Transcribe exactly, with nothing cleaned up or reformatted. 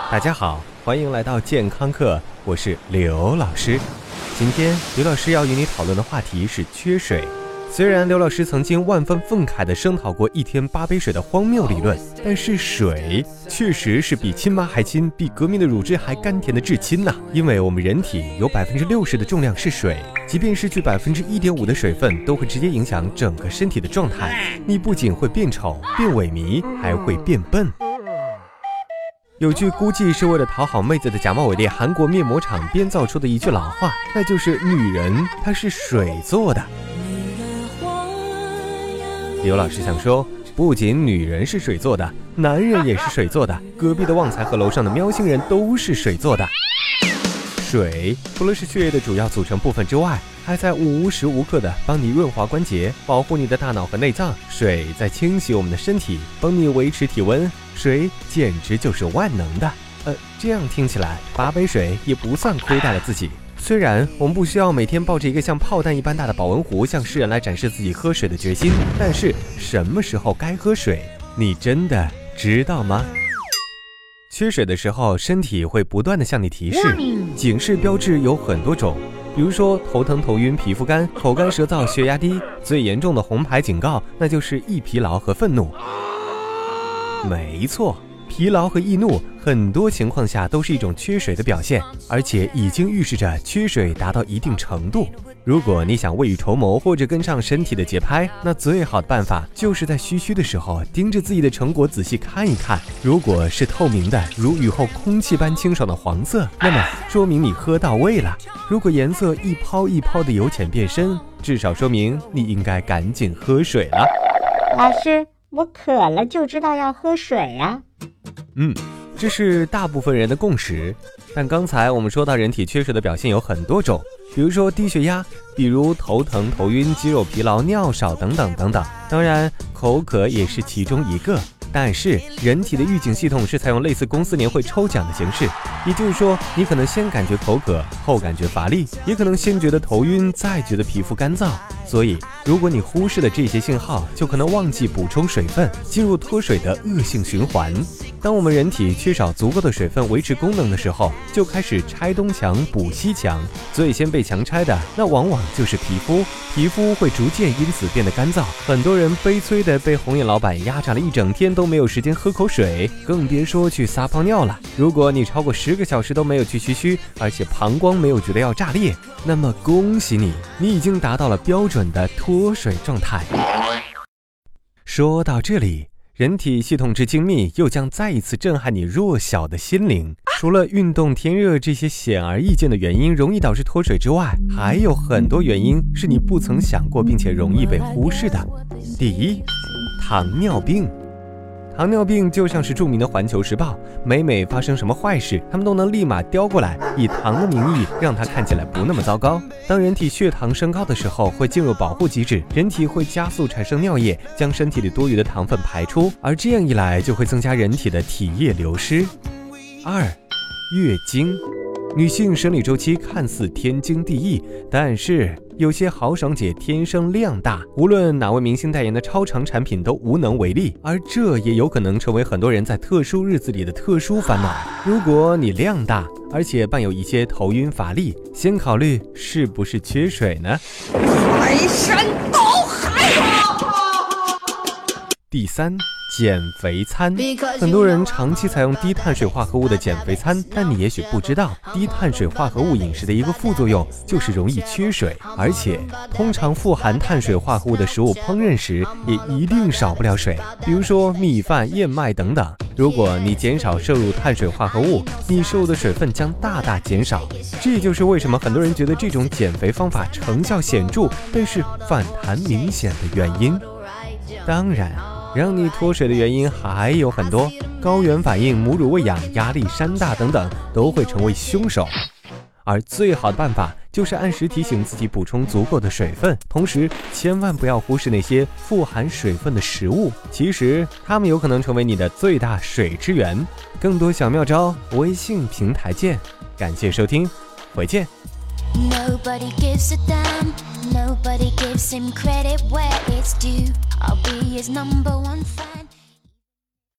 大家好，欢迎来到健康课，我是刘老师。今天刘老师要与你讨论的话题是缺水。虽然刘老师曾经万分愤慨地声讨过一天八杯水的荒谬理论，但是水确实是比亲妈还亲，比革命的乳汁还甘甜的至亲呐、啊！因为我们人体有百分之六十的重量是水，即便失去百分之一点五的水分，都会直接影响整个身体的状态。你不仅会变丑、变萎靡，还会变笨。有句估计是为了讨好妹子的假冒伪劣韩国面膜厂编造出的一句老话，那就是女人她是水做的。刘老师想说，不仅女人是水做的，男人也是水做的，隔壁的旺财和楼上的喵星人都是水做的。水除了是血液的主要组成部分之外，还在无时无刻的帮你润滑关节，保护你的大脑和内脏。水在清洗我们的身体，帮你维持体温。水简直就是万能的。呃，这样听起来，八杯水也不算亏待了自己。虽然我们不需要每天抱着一个像炮弹一般大的保温壶向世人来展示自己喝水的决心，但是什么时候该喝水，你真的知道吗？缺水的时候，身体会不断的向你提示，警示标志有很多种，比如说头疼、头晕、皮肤干、口干舌燥、血压低，最严重的红牌警告那就是易疲劳和愤怒。没错，疲劳和易怒很多情况下都是一种缺水的表现，而且已经预示着缺水达到一定程度。如果你想未雨绸缪或者跟上身体的节拍，那最好的办法就是在虚虚的时候盯着自己的成果仔细看一看。如果是透明的如雨后空气般清爽的黄色，那么说明你喝到位了。如果颜色一泡一泡的由浅变深，至少说明你应该赶紧喝水了。 老师，我渴了就知道要喝水啊。 嗯，这是大部分人的共识。但刚才我们说到人体缺水的表现有很多种，比如说低血压，比如头疼、头晕、肌肉疲劳、尿少等等等等。当然，口渴也是其中一个。但是人体的预警系统是采用类似公司年会抽奖的形式，也就是说，你可能先感觉口渴，后感觉乏力，也可能先觉得头晕，再觉得皮肤干燥。所以如果你忽视了这些信号，就可能忘记补充水分，进入脱水的恶性循环。当我们人体缺少足够的水分维持功能的时候，就开始拆东墙补西墙。最先被强拆的那往往就是皮肤，皮肤会逐渐因此变得干燥。很多人悲催的被红眼老板压榨了一整天，都没有时间喝口水，更别说去撒泡尿了。如果你超过十个小时都没有去嘘嘘，而且膀胱没有觉得要炸裂，那么恭喜你，你已经达到了标准的脱水状态。说到这里，人体系统之精密又将再一次震撼你弱小的心灵。除了运动、天热这些显而易见的原因容易导致脱水之外，还有很多原因是你不曾想过并且容易被忽视的。第一，糖尿病。糖尿病就像是著名的环球时报，每每发生什么坏事，他们都能立马叼过来，以糖的名义让它看起来不那么糟糕。当人体血糖升高的时候，会进入保护机制，人体会加速产生尿液，将身体里多余的糖分排出，而这样一来就会增加人体的体液流失。二，月经。女性生理周期看似天经地义，但是有些豪爽姐天生量大，无论哪位明星代言的超长产品都无能为力，而这也有可能成为很多人在特殊日子里的特殊烦恼。如果你量大，而且伴有一些头晕乏力，先考虑是不是缺水呢？ 排山倒海啊！ 第三，减肥餐。很多人长期采用低碳水化合物的减肥餐，但你也许不知道，低碳水化合物饮食的一个副作用就是容易缺水，而且通常富含碳水化合物的食物烹饪时也一定少不了水，比如说米饭、燕麦等等。如果你减少摄入碳水化合物，你摄入的水分将大大减少。这也就是为什么很多人觉得这种减肥方法成效显著，但是反弹明显的原因。当然，让你脱水的原因还有很多，高原反应、母乳喂养、压力山大等等都会成为凶手。而最好的办法就是按时提醒自己补充足够的水分，同时千万不要忽视那些富含水分的食物，其实它们有可能成为你的最大水之源。更多小妙招，微信平台见。感谢收听，回见。 Nobody gives a damn, nobody gives him credit where it's due. I'll be his number one fan.